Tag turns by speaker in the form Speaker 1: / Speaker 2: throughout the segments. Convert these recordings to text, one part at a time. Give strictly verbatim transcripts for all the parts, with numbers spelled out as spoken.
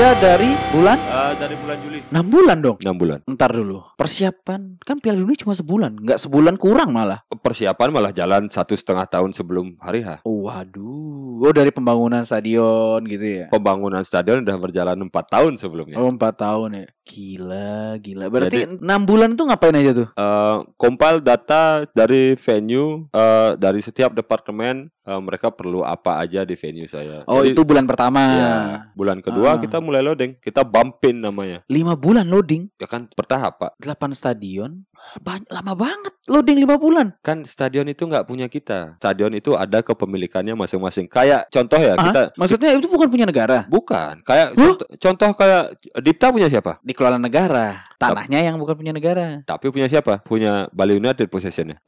Speaker 1: kerja dari bulan?
Speaker 2: Uh, dari bulan Juli.
Speaker 1: enam bulan dong?
Speaker 2: enam bulan.
Speaker 1: Ntar dulu. Persiapan. Kan Piala Dunia cuma sebulan. Nggak sebulan kurang malah.
Speaker 2: Persiapan malah jalan satu setengah tahun sebelum hari H.
Speaker 1: Oh, waduh. Oh, dari pembangunan stadion gitu ya?
Speaker 2: Pembangunan stadion udah berjalan empat tahun sebelumnya.
Speaker 1: Oh, empat tahun ya. Gila, gila. Berarti Jadi, enam bulan tuh ngapain aja tuh?
Speaker 2: Uh, compile data dari venue, uh, dari setiap departemen. Uh, mereka perlu apa aja di venue saya.
Speaker 1: Oh, Jadi, itu bulan pertama.
Speaker 2: Ya, bulan kedua uh. kita mulai loading. Kita bumpin namanya.
Speaker 1: Lima bulan loading?
Speaker 2: Ya kan bertahap, Pak.
Speaker 1: Delapan stadion. Banyak, lama banget loading lima bulan.
Speaker 2: Kan stadion itu nggak punya kita. Stadion itu ada kepemilikannya masing-masing. Kayak contoh ya,
Speaker 1: Hah?
Speaker 2: kita.
Speaker 1: Maksudnya itu bukan punya negara?
Speaker 2: Bukan. Kayak
Speaker 1: huh?
Speaker 2: contoh, contoh kayak Dipta punya siapa?
Speaker 1: Dikelola negara. Tanahnya yang bukan punya negara.
Speaker 2: Tapi punya siapa? Punya Bali United possessionnya.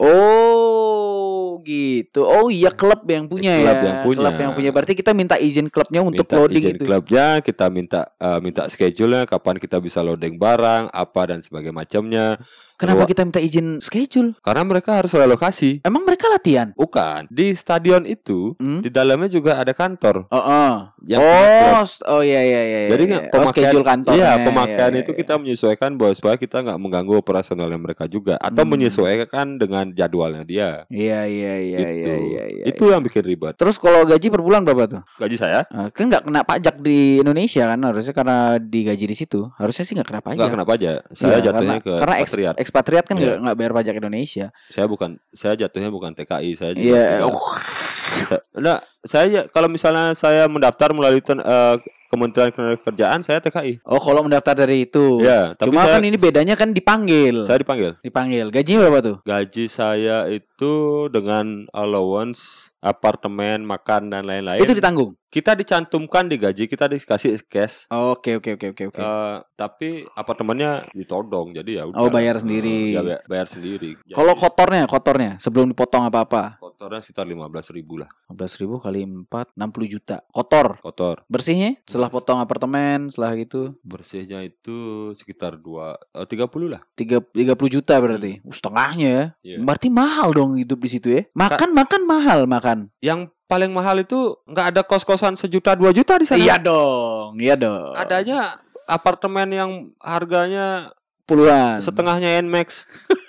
Speaker 1: Oh, gitu. Oh iya, klub yang punya
Speaker 2: klub
Speaker 1: ya.
Speaker 2: Yang punya.
Speaker 1: Klub yang punya. Berarti kita minta izin klubnya untuk
Speaker 2: minta
Speaker 1: loading
Speaker 2: izin
Speaker 1: itu.
Speaker 2: Klubnya, kita minta uh, minta schedule-nya, kapan kita bisa loading barang, apa dan sebagainya macamnya.
Speaker 1: Kenapa
Speaker 2: Lalu,
Speaker 1: kita minta izin schedule?
Speaker 2: Karena mereka harus relokasi.
Speaker 1: Emang mereka latihan?
Speaker 2: Bukan. Di stadion itu, hmm? di dalamnya juga ada kantor.
Speaker 1: Oh, oh.
Speaker 2: Yang
Speaker 1: oh, oh iya iya iya.
Speaker 2: Jadi
Speaker 1: iya.
Speaker 2: pemakaian,
Speaker 1: oh, schedule kantor.
Speaker 2: Iya, pemakaian
Speaker 1: iya,
Speaker 2: itu
Speaker 1: iya.
Speaker 2: kita menyesuaikan bahwa supaya kita nggak mengganggu operasionalnya mereka juga, atau hmm. menyesuaikan dengan jadwalnya dia.
Speaker 1: Iya iya iya
Speaker 2: itu.
Speaker 1: iya iya. iya
Speaker 2: itu yang bikin ribet.
Speaker 1: Terus kalau gaji per bulan berapa tuh?
Speaker 2: Gaji saya?
Speaker 1: Uh, kan nggak kena pajak di Indonesia kan, harusnya karena digaji di situ. Harusnya sih nggak kena pajak.
Speaker 2: Nggak kena pajak. Saya
Speaker 1: ya,
Speaker 2: jatuhnya
Speaker 1: karena,
Speaker 2: ke
Speaker 1: karena
Speaker 2: ekspatriat.
Speaker 1: Ekspatriat kan nggak
Speaker 2: yeah.
Speaker 1: nggak bayar pajak Indonesia.
Speaker 2: Saya bukan, saya jatuhnya bukan T K I, saya juga.
Speaker 1: Iya. Yeah.
Speaker 2: Saya, nah, saya kalau misalnya saya mendaftar melalui ten, uh, Kementerian Kerjaan, saya T K I.
Speaker 1: Oh, kalau mendaftar dari itu.
Speaker 2: Ya, tapi
Speaker 1: cuma
Speaker 2: saya,
Speaker 1: kan ini bedanya kan dipanggil.
Speaker 2: Saya dipanggil.
Speaker 1: Dipanggil. Gajinya berapa tuh?
Speaker 2: Gaji saya itu dengan allowance, apartemen, makan dan lain-lain.
Speaker 1: Itu ditanggung.
Speaker 2: Kita dicantumkan di gaji, kita dikasih cash.
Speaker 1: Oke oke oke oke oke.
Speaker 2: Uh, tapi apartemennya ditodong, jadi ya udah.
Speaker 1: Oh, bayar sendiri.
Speaker 2: Uh, ya, bayar sendiri.
Speaker 1: Kalau kotornya, kotornya sebelum dipotong apa-apa?
Speaker 2: Kotornya sekitar lima belas ribu lah.
Speaker 1: lima belas ribu kali empat, enam puluh juta. Kotor.
Speaker 2: Kotor.
Speaker 1: Bersihnya? Setelah potong apartemen, setelah gitu.
Speaker 2: Bersihnya itu sekitar dua, uh, tiga puluh lah.
Speaker 1: tiga puluh juta berarti. Hmm. Uh, setengahnya ya. Yeah. Berarti mahal dong hidup di situ ya. Makan Ka- makan mahal makan.
Speaker 2: Yang paling mahal itu nggak ada kos-kosan sejuta dua juta di sana.
Speaker 1: Iya dong, iya dong.
Speaker 2: Adanya apartemen yang harganya
Speaker 1: puluhan,
Speaker 2: setengahnya Nmax.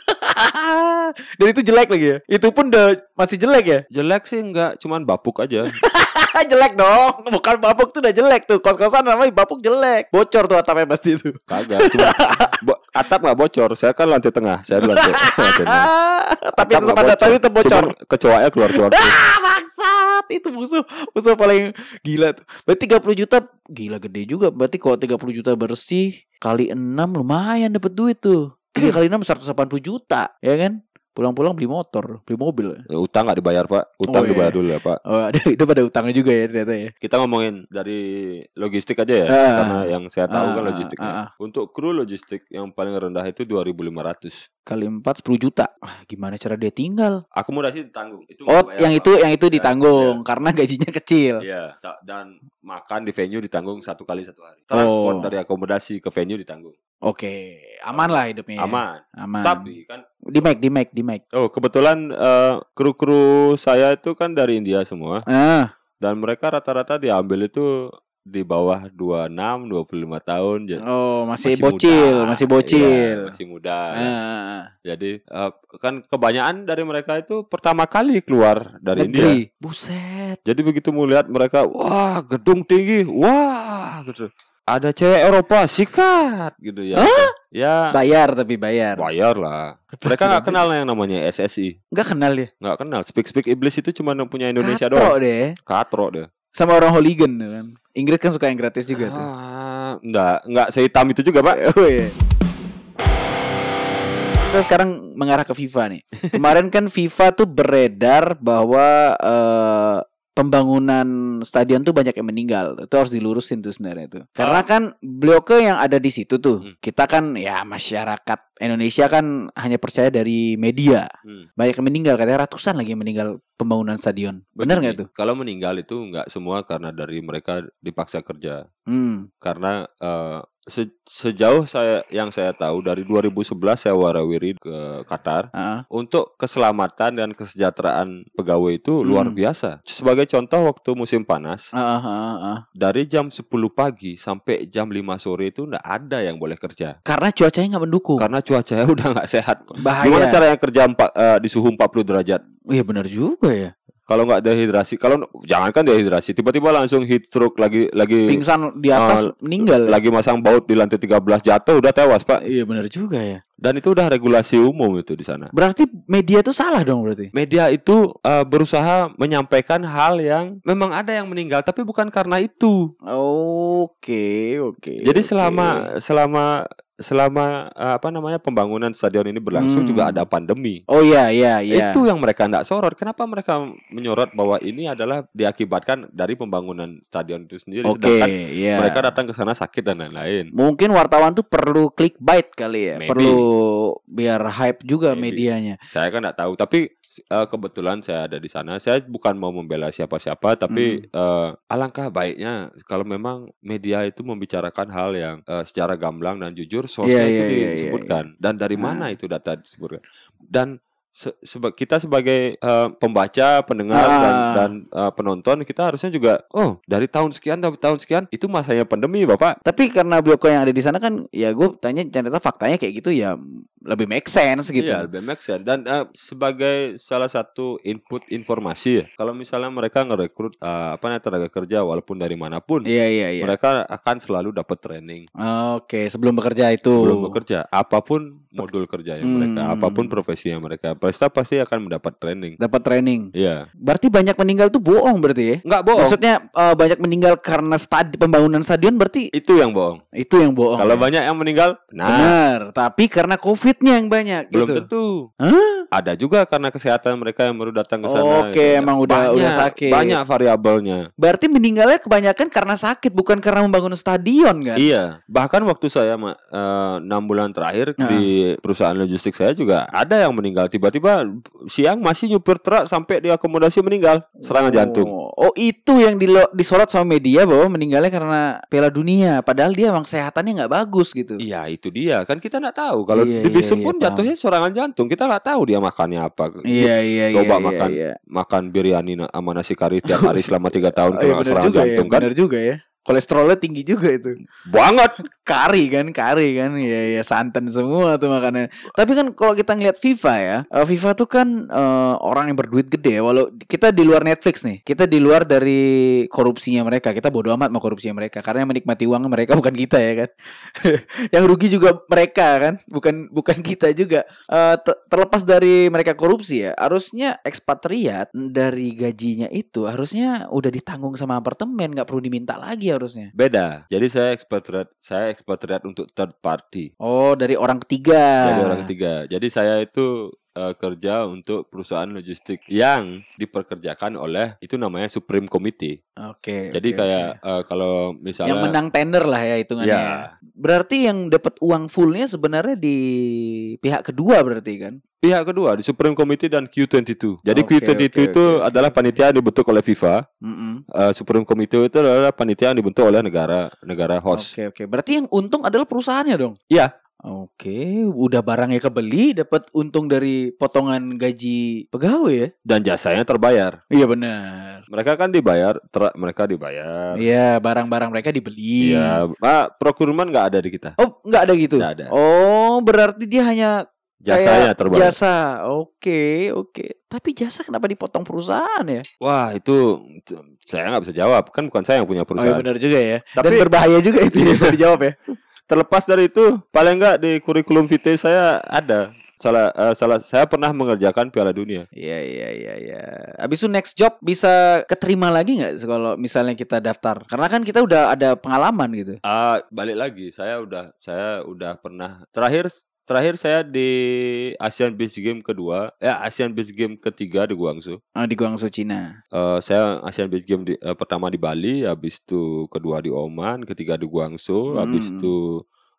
Speaker 1: Dan itu jelek lagi ya. Itu pun udah masih jelek ya.
Speaker 2: Jelek sih enggak, cuman bapuk aja.
Speaker 1: Jelek dong, bukan bapuk tuh udah jelek tuh. Kos-kosan namanya bapuk jelek. Bocor tuh atapnya pasti itu.
Speaker 2: Kagak, cuma bo- atap nggak bocor. Saya kan lantai tengah, saya di lantai, lantai tengah.
Speaker 1: Tapi tetap ada tapi tetap bocor.
Speaker 2: Kecoanya keluar-keluar.
Speaker 1: Ah, maksat. Itu musuh musuh paling gila tuh. Berarti tiga puluh juta gila gede juga. Berarti kalau tiga puluh juta bersih kali enam lumayan dapat duit tuh. tiga kali enam seratus delapan puluh juta, ya kan? Pulang-pulang beli motor, beli mobil.
Speaker 2: Ya, utang nggak dibayar, Pak. Utang oh, dibayar iya. dulu ya, Pak.
Speaker 1: Oh, ada itu pada utangnya juga ya ternyata ya.
Speaker 2: Kita ngomongin dari logistik aja ya, uh, karena yang saya tahu uh, kan logistiknya. Uh, uh. Untuk kru logistik yang paling rendah itu dua ribu lima ratus.
Speaker 1: Kali empat sepuluh juta. Ah, gimana cara dia tinggal?
Speaker 2: Akomodasi ditanggung. Itu
Speaker 1: oh, yang
Speaker 2: Pak.
Speaker 1: itu yang itu ditanggung ya, karena gajinya kecil.
Speaker 2: Iya, dan makan di venue ditanggung satu kali satu hari. Transport oh. dari akomodasi ke venue ditanggung.
Speaker 1: Oke, aman lah hidupnya.
Speaker 2: Aman.
Speaker 1: Aman.
Speaker 2: Tapi kan
Speaker 1: di Mac, di Mac, di Mac.
Speaker 2: Oh, kebetulan uh, kru-kru saya itu kan dari India semua.
Speaker 1: Ah.
Speaker 2: Dan mereka rata-rata diambil itu di bawah dua puluh enam, dua puluh lima tahun.
Speaker 1: Oh, masih, masih bocil, muda. masih bocil.
Speaker 2: Ya, masih muda.
Speaker 1: Ah.
Speaker 2: Jadi uh, kan kebanyakan dari mereka itu pertama kali keluar dari
Speaker 1: Negeri.
Speaker 2: India.
Speaker 1: Buset.
Speaker 2: Jadi begitu melihat mereka, wah, gedung tinggi. Wah, gitu. Ada cewek Eropa, sikat gitu ya.
Speaker 1: Hah?
Speaker 2: Ya.
Speaker 1: Bayar tapi bayar.
Speaker 2: Bayar lah. Mereka nggak kenal yang namanya S S I.
Speaker 1: Nggak kenal ya?
Speaker 2: Nggak kenal. Speak Speak Iblis itu cuma punya Indonesia
Speaker 1: Katro
Speaker 2: doang.
Speaker 1: Deh.
Speaker 2: Katro deh.
Speaker 1: Sama orang hooligan kan. Inggris kan suka yang gratis juga tuh.
Speaker 2: Ah, nggak, nggak sehitam itu juga, Pak.
Speaker 1: Oh iya. Kita sekarang mengarah ke FIFA nih. Kemarin kan FIFA tuh beredar bahwa uh, pembangunan stadion tuh banyak yang meninggal. Itu harus dilurusin tuh sebenarnya itu. Karena kan Blioke yang ada di situ tuh, hmm. kita kan ya masyarakat Indonesia kan hanya percaya dari media.
Speaker 2: Hmm.
Speaker 1: Banyak yang meninggal, katanya ratusan lagi yang meninggal pembangunan stadion. Benar nggak tuh?
Speaker 2: Kalau meninggal itu nggak semua karena dari mereka dipaksa kerja.
Speaker 1: Hmm.
Speaker 2: Karena uh, se- sejauh saya yang saya tahu dari dua ribu sebelas saya warawiri ke Qatar, uh-huh. untuk keselamatan dan kesejahteraan pegawai itu hmm. luar biasa. Sebagai contoh, waktu musim panas, uh-huh. Uh-huh. dari jam sepuluh pagi sampai jam lima sore itu nggak ada yang boleh kerja.
Speaker 1: Karena cuacanya nggak mendukung.
Speaker 2: Karena cuacanya udah nggak sehat.
Speaker 1: Bahaya.
Speaker 2: Gimana caranya kerja empat, uh, di suhu empat puluh derajat?
Speaker 1: Oh iya benar juga ya.
Speaker 2: Kalau nggak dehidrasi, kalau jangankan dehidrasi, tiba-tiba langsung heat stroke, lagi lagi
Speaker 1: pingsan di atas, uh, meninggal.
Speaker 2: Lagi masang baut di lantai tiga belas, jatuh udah tewas, Pak.
Speaker 1: Iya benar juga ya.
Speaker 2: Dan itu udah regulasi umum itu di sana.
Speaker 1: Berarti media itu salah dong berarti.
Speaker 2: Media itu uh, berusaha menyampaikan hal yang memang ada yang meninggal, tapi bukan karena itu.
Speaker 1: Oke, oke.
Speaker 2: Jadi
Speaker 1: oke.
Speaker 2: selama selama selama uh, apa namanya pembangunan stadion ini berlangsung hmm. juga ada pandemi.
Speaker 1: Oh iya iya iya.
Speaker 2: Itu yang mereka tidak sorot. Kenapa mereka menyorot bahwa ini adalah diakibatkan dari pembangunan stadion itu sendiri,
Speaker 1: okay,
Speaker 2: sedangkan
Speaker 1: yeah.
Speaker 2: mereka datang ke sana sakit dan lain-lain.
Speaker 1: Mungkin wartawan tuh perlu clickbait kali ya.
Speaker 2: Maybe.
Speaker 1: Perlu biar hype juga
Speaker 2: Maybe.
Speaker 1: medianya.
Speaker 2: Saya kan tidak tahu, tapi uh, kebetulan saya ada di sana. Saya bukan mau membela siapa-siapa, tapi hmm. uh, alangkah baiknya kalau memang media itu membicarakan hal yang uh, secara gamblang dan jujur. Source-nya yeah, itu yeah, disebutkan yeah, yeah. dan dari mana nah. itu data disebutkan, dan se- seba- kita sebagai uh, pembaca, pendengar ah. dan, dan uh, penonton, kita harusnya juga oh dari tahun sekian sampai tahun sekian itu masanya pandemi, Bapak.
Speaker 1: Tapi karena Bloko yang ada di sana kan, ya gue tanya ternyata faktanya kayak gitu, ya lebih make sense gitu.
Speaker 2: Iya, lebih make sense. Dan uh, sebagai salah satu input informasi ya, kalau misalnya mereka ngerekrut uh, apa namanya tenaga kerja walaupun dari manapun,
Speaker 1: iya, iya, iya.
Speaker 2: mereka akan selalu dapat training.
Speaker 1: Oke, okay. sebelum bekerja itu.
Speaker 2: Sebelum bekerja, apapun modul kerjanya hmm. mereka, apapun profesinya mereka, pasti pasti akan mendapat training.
Speaker 1: Dapat training.
Speaker 2: Iya.
Speaker 1: Berarti banyak meninggal tuh bohong berarti ya?
Speaker 2: Enggak bohong.
Speaker 1: Maksudnya uh, banyak meninggal karena stadi- pembangunan stadion berarti
Speaker 2: itu yang bohong.
Speaker 1: Itu yang bohong.
Speaker 2: Kalau
Speaker 1: ya?
Speaker 2: banyak yang meninggal, nah.
Speaker 1: Benar, tapi karena COVID-nya yang banyak.
Speaker 2: Belum
Speaker 1: gitu.
Speaker 2: tentu.
Speaker 1: Hah?
Speaker 2: Ada juga karena kesehatan mereka yang baru datang ke sana.
Speaker 1: Oke, gitu. Emang udah
Speaker 2: banyak,
Speaker 1: udah sakit.
Speaker 2: Banyak variabelnya.
Speaker 1: Berarti meninggalnya kebanyakan karena sakit, bukan karena membangun stadion kan?
Speaker 2: Iya. Bahkan waktu saya enam uh, bulan terakhir nah. di perusahaan logistik saya juga ada yang meninggal. Tiba-tiba siang masih nyupir truk sampai di akomodasi meninggal serangan oh. jantung.
Speaker 1: Oh, itu yang dilo- disorot sama media bahwa meninggalnya karena Piala Dunia. Padahal dia emang kesehatannya nggak bagus gitu.
Speaker 2: Iya, itu dia. Kan kita nggak tahu. Kalau
Speaker 1: iya,
Speaker 2: di visum
Speaker 1: iya,
Speaker 2: pun
Speaker 1: iya,
Speaker 2: jatuhnya serangan jantung. Kita nggak tahu dia makannya apa.
Speaker 1: Iya, iya,
Speaker 2: Coba
Speaker 1: iya,
Speaker 2: makan
Speaker 1: iya, iya.
Speaker 2: makan biryani sama nasi kari tiap hari selama tiga tahun kena
Speaker 1: oh, iya,
Speaker 2: serangan
Speaker 1: juga
Speaker 2: jantung
Speaker 1: ya,
Speaker 2: kan?
Speaker 1: Benar juga ya. Kolesterolnya tinggi juga itu.
Speaker 2: Banget.
Speaker 1: Kari kan, kari kan. Ya ya santan semua tuh makannya. Tapi kan kalau kita ngeliat FIFA ya, uh, FIFA tuh kan uh, orang yang berduit gede ya. Walau kita di luar Netflix nih, kita di luar dari korupsinya mereka. Kita bodo amat sama korupsinya mereka, karena yang menikmati uang mereka bukan kita ya kan. Yang rugi juga mereka kan, bukan bukan kita juga. Uh, t- terlepas dari mereka korupsi ya, harusnya ekspatriat dari gajinya itu harusnya udah ditanggung sama apartemen, nggak perlu diminta lagi harusnya.
Speaker 2: Beda. Jadi saya ekspatriat, saya ekspatriat untuk third party.
Speaker 1: Oh, dari orang ketiga.
Speaker 2: Dari orang ketiga. Jadi saya itu uh, kerja untuk perusahaan logistik yang diperkerjakan oleh itu namanya Supreme Committee.
Speaker 1: Oke.
Speaker 2: Okay, Jadi okay, kayak okay. Uh, kalau misalnya
Speaker 1: yang menang tender lah ya hitungannya. Ya. Berarti yang dapat uang fullnya sebenarnya di pihak kedua berarti kan?
Speaker 2: Pihak kedua di Supreme Committee dan Q dua puluh dua. Jadi okay, Q dua puluh dua okay, itu okay, adalah okay. panitia yang dibentuk oleh FIFA. Mm-hmm. Uh, Supreme Committee itu adalah panitia yang dibentuk oleh negara negara host.
Speaker 1: Oke okay, oke. Okay. Berarti yang untung adalah perusahaannya dong?
Speaker 2: Iya.
Speaker 1: Oke, udah barangnya kebeli, dapat untung dari potongan gaji pegawai ya?
Speaker 2: Dan jasanya terbayar.
Speaker 1: Iya benar.
Speaker 2: Mereka kan dibayar, ter- mereka dibayar.
Speaker 1: Iya, barang-barang mereka dibeli.
Speaker 2: Iya, Pak, procurement nggak ada di kita.
Speaker 1: Oh, nggak ada gitu?
Speaker 2: Nggak ada.
Speaker 1: Oh, berarti dia hanya
Speaker 2: jasanya terbayar.
Speaker 1: Jasa, oke, oke. Tapi jasa kenapa dipotong perusahaan ya?
Speaker 2: Wah, itu saya nggak bisa jawab. Kan bukan saya yang punya perusahaan.
Speaker 1: Oh, iya benar juga ya.
Speaker 2: Tapi,
Speaker 1: dan berbahaya juga itu yang bisa dijawab ya.
Speaker 2: Terlepas dari itu, paling enggak di kurikulum vitae saya ada. Salah, uh, salah saya pernah mengerjakan Piala Dunia.
Speaker 1: Iya, iya, iya, iya. Abis itu next job bisa keterima lagi nggak kalau misalnya kita daftar? Karena kan kita udah ada pengalaman gitu.
Speaker 2: Ah, uh, balik lagi. Saya udah, saya udah pernah. Terakhir, terakhir saya di Asian Beach Game kedua, ya Asian Beach Game ketiga di Guangzhou.
Speaker 1: Oh, di Guangzhou, Cina.
Speaker 2: Uh, saya Asian Beach Game di, uh, pertama di Bali, habis itu kedua di Oman, ketiga di Guangzhou, hmm. habis itu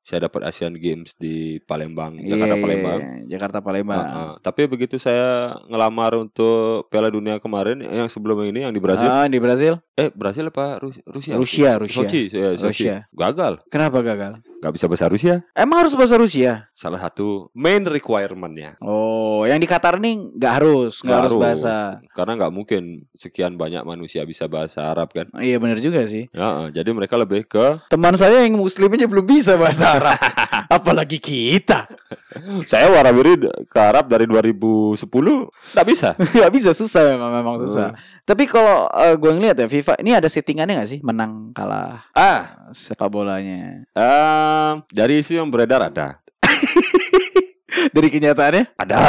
Speaker 2: saya dapat Asian Games di Palembang, Jakarta
Speaker 1: Iya,
Speaker 2: Palembang.
Speaker 1: Jakarta Palembang.
Speaker 2: Uh, uh. Tapi begitu saya ngelamar untuk Piala Dunia kemarin yang sebelum ini yang di Brasil.
Speaker 1: Ah, di Brasil?
Speaker 2: Eh, Brasil apa Rus- Rusia?
Speaker 1: Rusia, Rusia.
Speaker 2: Sochi, ya, Sochi.
Speaker 1: Rusia.
Speaker 2: Gagal.
Speaker 1: Kenapa gagal?
Speaker 2: Gak bisa bahasa Rusia.
Speaker 1: Emang harus bahasa Rusia?
Speaker 2: Salah satu main requirement-nya.
Speaker 1: Oh, yang di Qatar nih nggak harus, nggak harus bahasa.
Speaker 2: Karena nggak mungkin sekian banyak manusia bisa bahasa Arab kan.
Speaker 1: Iya benar juga sih.
Speaker 2: Ya, uh, jadi mereka lebih ke
Speaker 1: teman saya yang muslim aja belum bisa bahasa Arab. Apalagi kita.
Speaker 2: Saya warawiri ke Arab dari dua ribu sepuluh nggak bisa.
Speaker 1: Nggak bisa, susah memang, memang susah. Hmm. Tapi kalau uh, gue ngeliat ya FIFA ini ada settingannya nggak sih menang kalah
Speaker 2: ah
Speaker 1: sepak bolanya?
Speaker 2: Uh, dari isu yang beredar ada.
Speaker 1: Dari kenyataannya
Speaker 2: ada.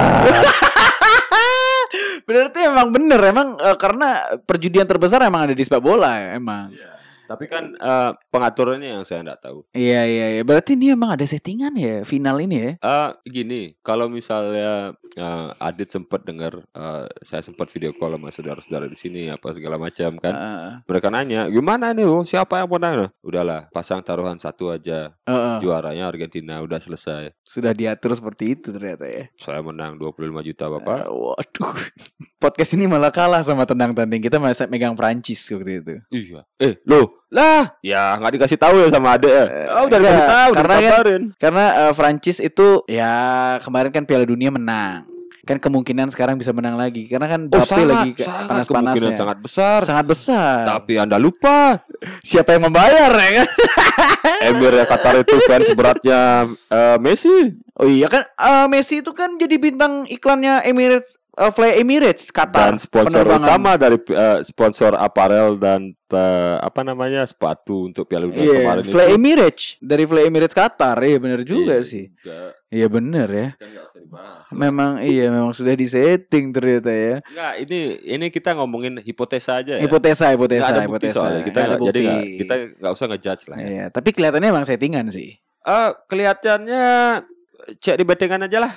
Speaker 1: Berarti emang bener emang uh, karena perjudian terbesar emang ada di sepak bola emang.
Speaker 2: Yeah. Tapi kan uh, pengaturannya yang saya nggak tahu.
Speaker 1: Iya iya iya. Berarti ini emang ada settingan ya final ini ya?
Speaker 2: Uh, gini, kalau misalnya uh, Adit sempat dengar, uh, saya sempat video call sama saudara-saudara di sini apa segala macam kan. Uh. Mereka nanya, gimana nih? Oh, siapa yang menang? Udahlah, pasang taruhan satu aja. Uh-uh. Juaranya Argentina, udah selesai.
Speaker 1: Sudah diatur seperti itu ternyata ya.
Speaker 2: Saya menang dua puluh lima juta Bapak.
Speaker 1: Uh, waduh. Podcast ini malah kalah sama tendang tanding. Kita masih megang Prancis waktu itu.
Speaker 2: Iya. Eh, loh. Lah, ya nggak dikasih tahu ya sama adek ya. Oh, udah dikasih tahu,
Speaker 1: karena
Speaker 2: udah
Speaker 1: kan, karena uh, Prancis itu ya kemarin kan Piala Dunia menang. Kan kemungkinan sekarang bisa menang lagi karena kan
Speaker 2: oh,
Speaker 1: Mbappe lagi
Speaker 2: panas-panasnya.
Speaker 1: Kemungkinan
Speaker 2: sangat besar.
Speaker 1: Sangat besar.
Speaker 2: Tapi Anda lupa
Speaker 1: siapa yang membayar ya kan?
Speaker 2: Emir Qatar itu fans beratnya uh, Messi.
Speaker 1: Oh iya kan uh, Messi itu kan jadi bintang iklannya Emirates uh, Fly Emirates Qatar.
Speaker 2: Dan sponsor utama dari uh, sponsor aparel dan uh, apa namanya sepatu untuk Piala Dunia yeah, kemarin
Speaker 1: Fly
Speaker 2: itu.
Speaker 1: Emirates dari Fly Emirates Qatar. Iya benar juga yeah, sih. Iya benar ya.
Speaker 2: Kan gak usah dibahas.
Speaker 1: Memang iya memang sudah disetting ternyata ya.
Speaker 2: Enggak, ini ini kita ngomongin hipotesa aja ya.
Speaker 1: Hipotesa, hipotesa,
Speaker 2: gak ada bukti
Speaker 1: hipotesa.
Speaker 2: Soalnya kita
Speaker 1: gak
Speaker 2: gak, jadi gak, kita nggak usah ngejudge lah. Ya.
Speaker 1: Iya, tapi kelihatannya emang settingan sih.
Speaker 2: Uh, kelihatannya cek di bettingan aja lah.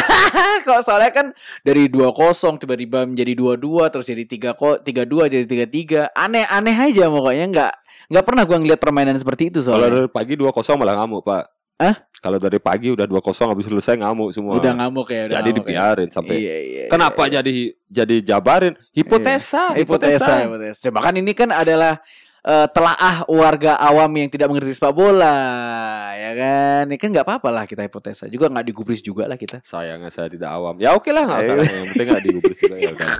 Speaker 1: Kok soalnya kan dari dua kosong tiba-tiba menjadi dua dua terus jadi tiga dua jadi tiga tiga. Aneh-aneh aja pokoknya enggak enggak pernah gua ngeliat permainan seperti itu soalnya.
Speaker 2: Kalau dari pagi dua kosong malah ngamuk, Pak.
Speaker 1: Hah?
Speaker 2: Kalau dari pagi udah dua kosong habis selesai ngamuk semua.
Speaker 1: Udah ngamuk ya, udah
Speaker 2: jadi
Speaker 1: ngamuk
Speaker 2: dibiarin
Speaker 1: ya.
Speaker 2: sampai.
Speaker 1: Iya, iya,
Speaker 2: kenapa
Speaker 1: iya.
Speaker 2: jadi jadi jabarin? Hipotesa,
Speaker 1: iya. hipotesa, hipotesa. Coba kan ini kan adalah Uh, telaah warga awam yang tidak mengerti sepak bola, ya kan? Ini kan nggak apa-apa lah kita hipotesa juga, nggak digubris juga lah kita.
Speaker 2: Sayangnya saya tidak awam. Ya oke lah, nggak salah. Yang penting nggak digubris juga ya udah.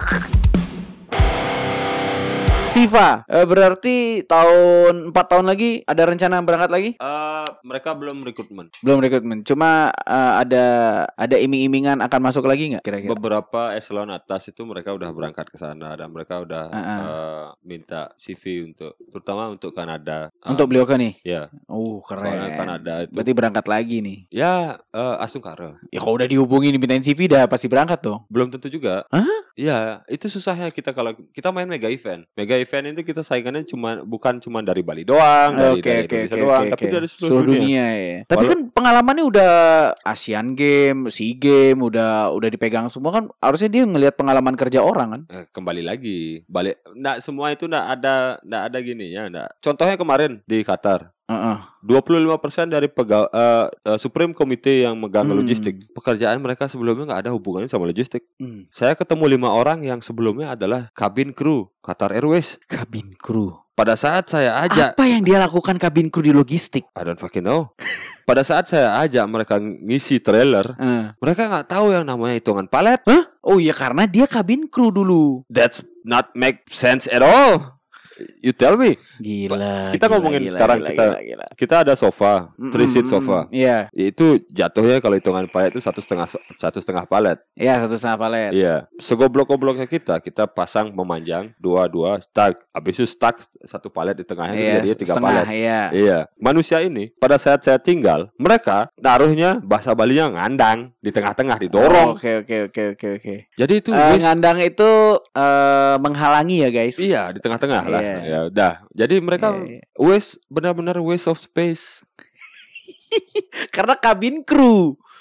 Speaker 1: FIFA uh, berarti tahun empat tahun lagi ada rencana berangkat lagi?
Speaker 2: Uh, mereka belum rekrutmen.
Speaker 1: Belum rekrutmen. Cuma uh, ada ada iming-imingan akan masuk lagi nggak kira-kira?
Speaker 2: Beberapa eselon atas itu mereka udah berangkat ke sana dan mereka udah uh-uh. uh, minta C V untuk terutama untuk Kanada. Uh,
Speaker 1: untuk beliau kan nih?
Speaker 2: Ya.
Speaker 1: Oh keren.
Speaker 2: Soalnya Kanada itu.
Speaker 1: Berarti berangkat lagi nih?
Speaker 2: Ya uh, Asung Kara.
Speaker 1: Ya kalau udah dihubungi dimintain C V dah pasti berangkat dong.
Speaker 2: Belum tentu juga.
Speaker 1: Hah?
Speaker 2: Iya, itu susahnya kita kalau kita main mega event. Mega event itu kita saingannya cuma bukan cuma dari Bali doang, dari,
Speaker 1: okay,
Speaker 2: dari
Speaker 1: okay,
Speaker 2: Indonesia
Speaker 1: okay,
Speaker 2: doang,
Speaker 1: okay,
Speaker 2: tapi
Speaker 1: okay.
Speaker 2: dari seluruh,
Speaker 1: seluruh dunia.
Speaker 2: dunia.
Speaker 1: Ya. Tapi Walau, kan pengalamannya udah Asian Game, SEA Game, udah udah dipegang semua kan. Harusnya dia ngelihat pengalaman kerja orang kan.
Speaker 2: Eh, kembali lagi, balik. Nggak semua itu nggak ada nggak ada gini ya. Nggak. Contohnya kemarin di Qatar. Uh-uh. dua puluh lima persen dari pegawai uh, uh, Supreme Committee yang megang hmm. logistik. Pekerjaan mereka sebelumnya nggak ada hubungannya sama logistik. Hmm. Saya ketemu lima orang yang sebelumnya adalah kabin kru Qatar Airways.
Speaker 1: Kabin kru.
Speaker 2: Pada saat saya ajak,
Speaker 1: apa yang dia lakukan kabin kru di logistik?
Speaker 2: I don't fucking know. Pada saat saya ajak mereka ngisi trailer, uh. mereka nggak tahu yang namanya hitungan palet.
Speaker 1: Hah? Oh iya karena dia kabin kru dulu.
Speaker 2: That's not make sense at all. You tell me.
Speaker 1: Gila.
Speaker 2: Kita
Speaker 1: gila,
Speaker 2: ngomongin
Speaker 1: gila,
Speaker 2: sekarang
Speaker 1: gila,
Speaker 2: kita
Speaker 1: gila, gila.
Speaker 2: kita ada sofa, mm-hmm, three seat sofa.
Speaker 1: Iya. Yeah.
Speaker 2: Itu jatuhnya kalau hitungan palet itu satu setengah satu setengah palet.
Speaker 1: Iya yeah, satu setengah palet.
Speaker 2: Iya. Yeah. Segoblok-gobloknya kita kita pasang memanjang dua dua stack. Habis itu stack satu palet di tengahnya yeah, jadi tiga palet.
Speaker 1: Iya.
Speaker 2: Iya. Manusia ini pada saat saya tinggal mereka naruhnya bahasa Balinya ngandang di tengah-tengah didorong.
Speaker 1: Oke oke oke oke oke.
Speaker 2: Jadi itu
Speaker 1: uh, ngandang itu uh, menghalangi ya guys.
Speaker 2: Iya di tengah-tengah lah.
Speaker 1: Yeah.
Speaker 2: Ya udah. Jadi mereka yeah, yeah. waste benar-benar waste of space.
Speaker 1: Karena kabin kru.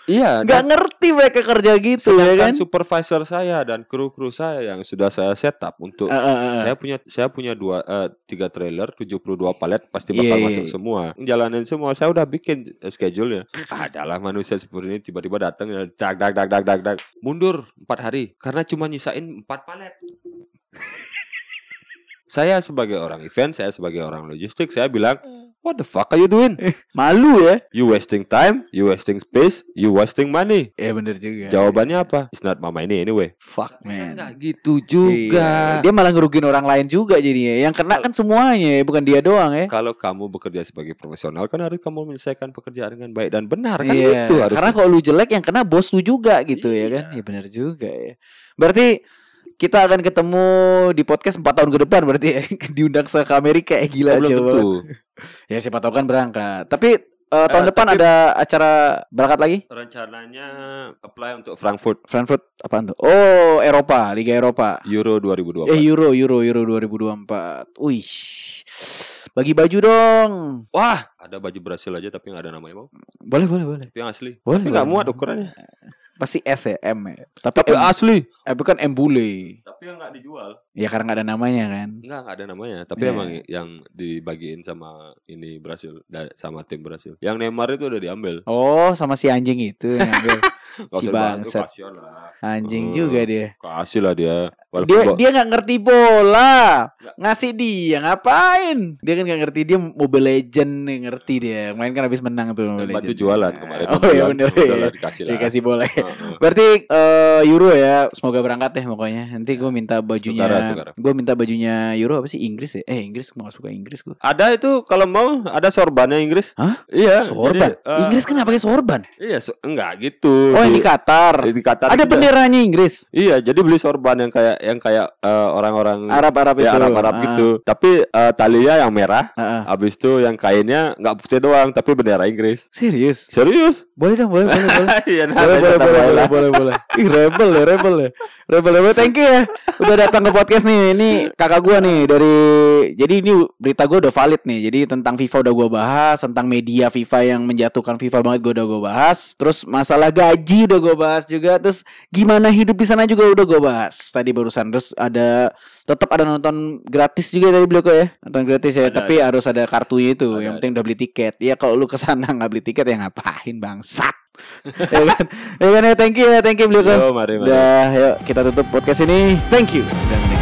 Speaker 2: Iya,
Speaker 1: Nggak
Speaker 2: dan
Speaker 1: ngerti mereka kerja gitu ya
Speaker 2: sedangkan
Speaker 1: kan.
Speaker 2: supervisor saya dan kru-kru saya yang sudah saya setup untuk
Speaker 1: Uh, uh, uh.
Speaker 2: saya punya saya punya dua eh, tiga trailer tujuh puluh dua palet pasti
Speaker 1: Iya,
Speaker 2: bakal
Speaker 1: iya,
Speaker 2: masuk
Speaker 1: iya.
Speaker 2: semua. Jalanin semua. Saya udah bikin eh, schedule-nya. Adalah manusia seperti ini tiba-tiba datang ya, dag dag dag dag dag dag. Mundur empat hari karena cuma nyisain empat palet. Saya sebagai orang event, saya sebagai orang logistik, saya bilang, what the fuck are you doing?
Speaker 1: Malu ya.
Speaker 2: You wasting time, you wasting space, you wasting money.
Speaker 1: Ya bener juga.
Speaker 2: Jawabannya apa? It's not my money anyway.
Speaker 1: Fuck man.
Speaker 2: Enggak gitu juga.
Speaker 1: Iya. Dia malah ngerugin orang lain juga jadinya. Yang kena kan semuanya, bukan dia doang ya.
Speaker 2: Kalau kamu bekerja sebagai profesional kan harus kamu menyelesaikan pekerjaan dengan baik dan benar kan
Speaker 1: Iya.
Speaker 2: itu harus.
Speaker 1: Karena kalau lu jelek yang kena bos lu juga gitu ya
Speaker 2: Iya.
Speaker 1: kan. Ya bener juga ya. Berarti kita akan ketemu di podcast empat tahun ke depan berarti ya. Diundang ke Amerika ya gila
Speaker 2: Oh, belum
Speaker 1: aja
Speaker 2: tentu.
Speaker 1: banget. Ya siapa tahu kan berangkat. Tapi eh, tahun
Speaker 2: Eh,
Speaker 1: depan
Speaker 2: tapi-
Speaker 1: ada acara berangkat lagi?
Speaker 2: Rencananya apply untuk Frankfurt
Speaker 1: Frankfurt apaan tuh? Oh, Eropa, Liga Eropa.
Speaker 2: Euro dua ribu dua puluh
Speaker 1: Eh
Speaker 2: empat.
Speaker 1: Euro, Euro, Euro dua ribu dua puluh empat. Wih. Bagi baju dong.
Speaker 2: Wah, ada baju Brasil aja tapi nggak ada namanya mau.
Speaker 1: Boleh, boleh, boleh.
Speaker 2: Tapi yang asli.
Speaker 1: Boleh,
Speaker 2: tapi nggak
Speaker 1: boleh.
Speaker 2: muat ukurannya.
Speaker 1: Pasti S ya, M ya. Tapi,
Speaker 2: Tapi
Speaker 1: M,
Speaker 2: asli.
Speaker 1: eh, bukan M bule.
Speaker 2: Tapi yang nggak dijual.
Speaker 1: Ya karena nggak ada namanya kan.
Speaker 2: Enggak, enggak ada namanya. Tapi
Speaker 1: Iya.
Speaker 2: emang yang dibagiin sama ini Brasil, da- sama tim Brasil. Yang Neymar itu udah diambil.
Speaker 1: Oh, sama si anjing itu yang ngambil.
Speaker 2: Nggak
Speaker 1: Si
Speaker 2: usah dibantu,
Speaker 1: bangsat.
Speaker 2: kasihan lah.
Speaker 1: Anjing
Speaker 2: Hmm.
Speaker 1: juga dia.
Speaker 2: Kasih lah dia. Walaupun
Speaker 1: Dia
Speaker 2: bo-
Speaker 1: dia nggak ngerti bola.
Speaker 2: Nggak.
Speaker 1: Ngasih dia ngapain? Dia kan nggak ngerti, dia Mobile Legend nih ngerti dia. Main kan habis menang tuh Mobile
Speaker 2: bantu
Speaker 1: Legend.
Speaker 2: jualan kemarin.
Speaker 1: Oh
Speaker 2: Jualan,
Speaker 1: iya bener
Speaker 2: udah
Speaker 1: ya.
Speaker 2: lah, dikasih lah.
Speaker 1: Dikasih bola.
Speaker 2: Heeh.
Speaker 1: Berarti eh, Euro ya, semoga berangkat ya pokoknya. Nanti gue minta bajunya,
Speaker 2: Sudara, sudara.
Speaker 1: gue minta bajunya Euro apa sih Inggris ya? Eh Inggris gue gak suka Inggris gue.
Speaker 2: Ada itu kalau mau ada sorbannya Inggris.
Speaker 1: Hah?
Speaker 2: Iya.
Speaker 1: Sorban?
Speaker 2: jadi, eh,
Speaker 1: Inggris kan nggak pakai sorban?
Speaker 2: Iya, so- enggak gitu.
Speaker 1: Oh yang di Qatar.
Speaker 2: Di Qatar
Speaker 1: Ada
Speaker 2: kita-
Speaker 1: benderanya Inggris.
Speaker 2: Iya, jadi beli sorban yang kayak yang kayak eh, orang-orang
Speaker 1: Arab-Arab
Speaker 2: ya
Speaker 1: itu.
Speaker 2: Arab-Arab
Speaker 1: Ah,
Speaker 2: gitu. Tapi eh, talinya yang merah.
Speaker 1: ah, ah.
Speaker 2: Habis itu yang kainnya nggak putih doang, tapi bendera Inggris.
Speaker 1: Serius?
Speaker 2: Serius?
Speaker 1: Boleh dong, boleh, boleh, boleh.
Speaker 2: Iya, nah,
Speaker 1: Boleh, boleh,
Speaker 2: tetap
Speaker 1: boleh,
Speaker 2: aja
Speaker 1: boleh,
Speaker 2: lah.
Speaker 1: boleh, boleh. Ih, rebel ya, rebel ya. Rebel, rebel. Thank you ya. Udah datang ke podcast nih. Ini kakak gua nih dari, jadi ini berita gua udah valid nih. Jadi tentang FIFA udah gua bahas, tentang media FIFA yang menjatuhkan FIFA banget gua udah gua bahas. Terus masalah gaji udah gua bahas juga. Terus gimana hidup di sana juga udah gua bahas tadi barusan. Terus ada tetap ada nonton gratis juga tadi beliau kok ya. Nonton gratis ya,
Speaker 2: Ada,
Speaker 1: tapi harus ada kartunya itu.
Speaker 2: Ada,
Speaker 1: Yang penting udah beli tiket. Ya kalau lu kesana nggak beli tiket ya ngapain bangsat. Ya kan? Ya kan ya, thank you ya, thank you beliau kok.
Speaker 2: Yo, mari, mari.
Speaker 1: Udah, yuk kita tutup podcast ini. Thank you. Dan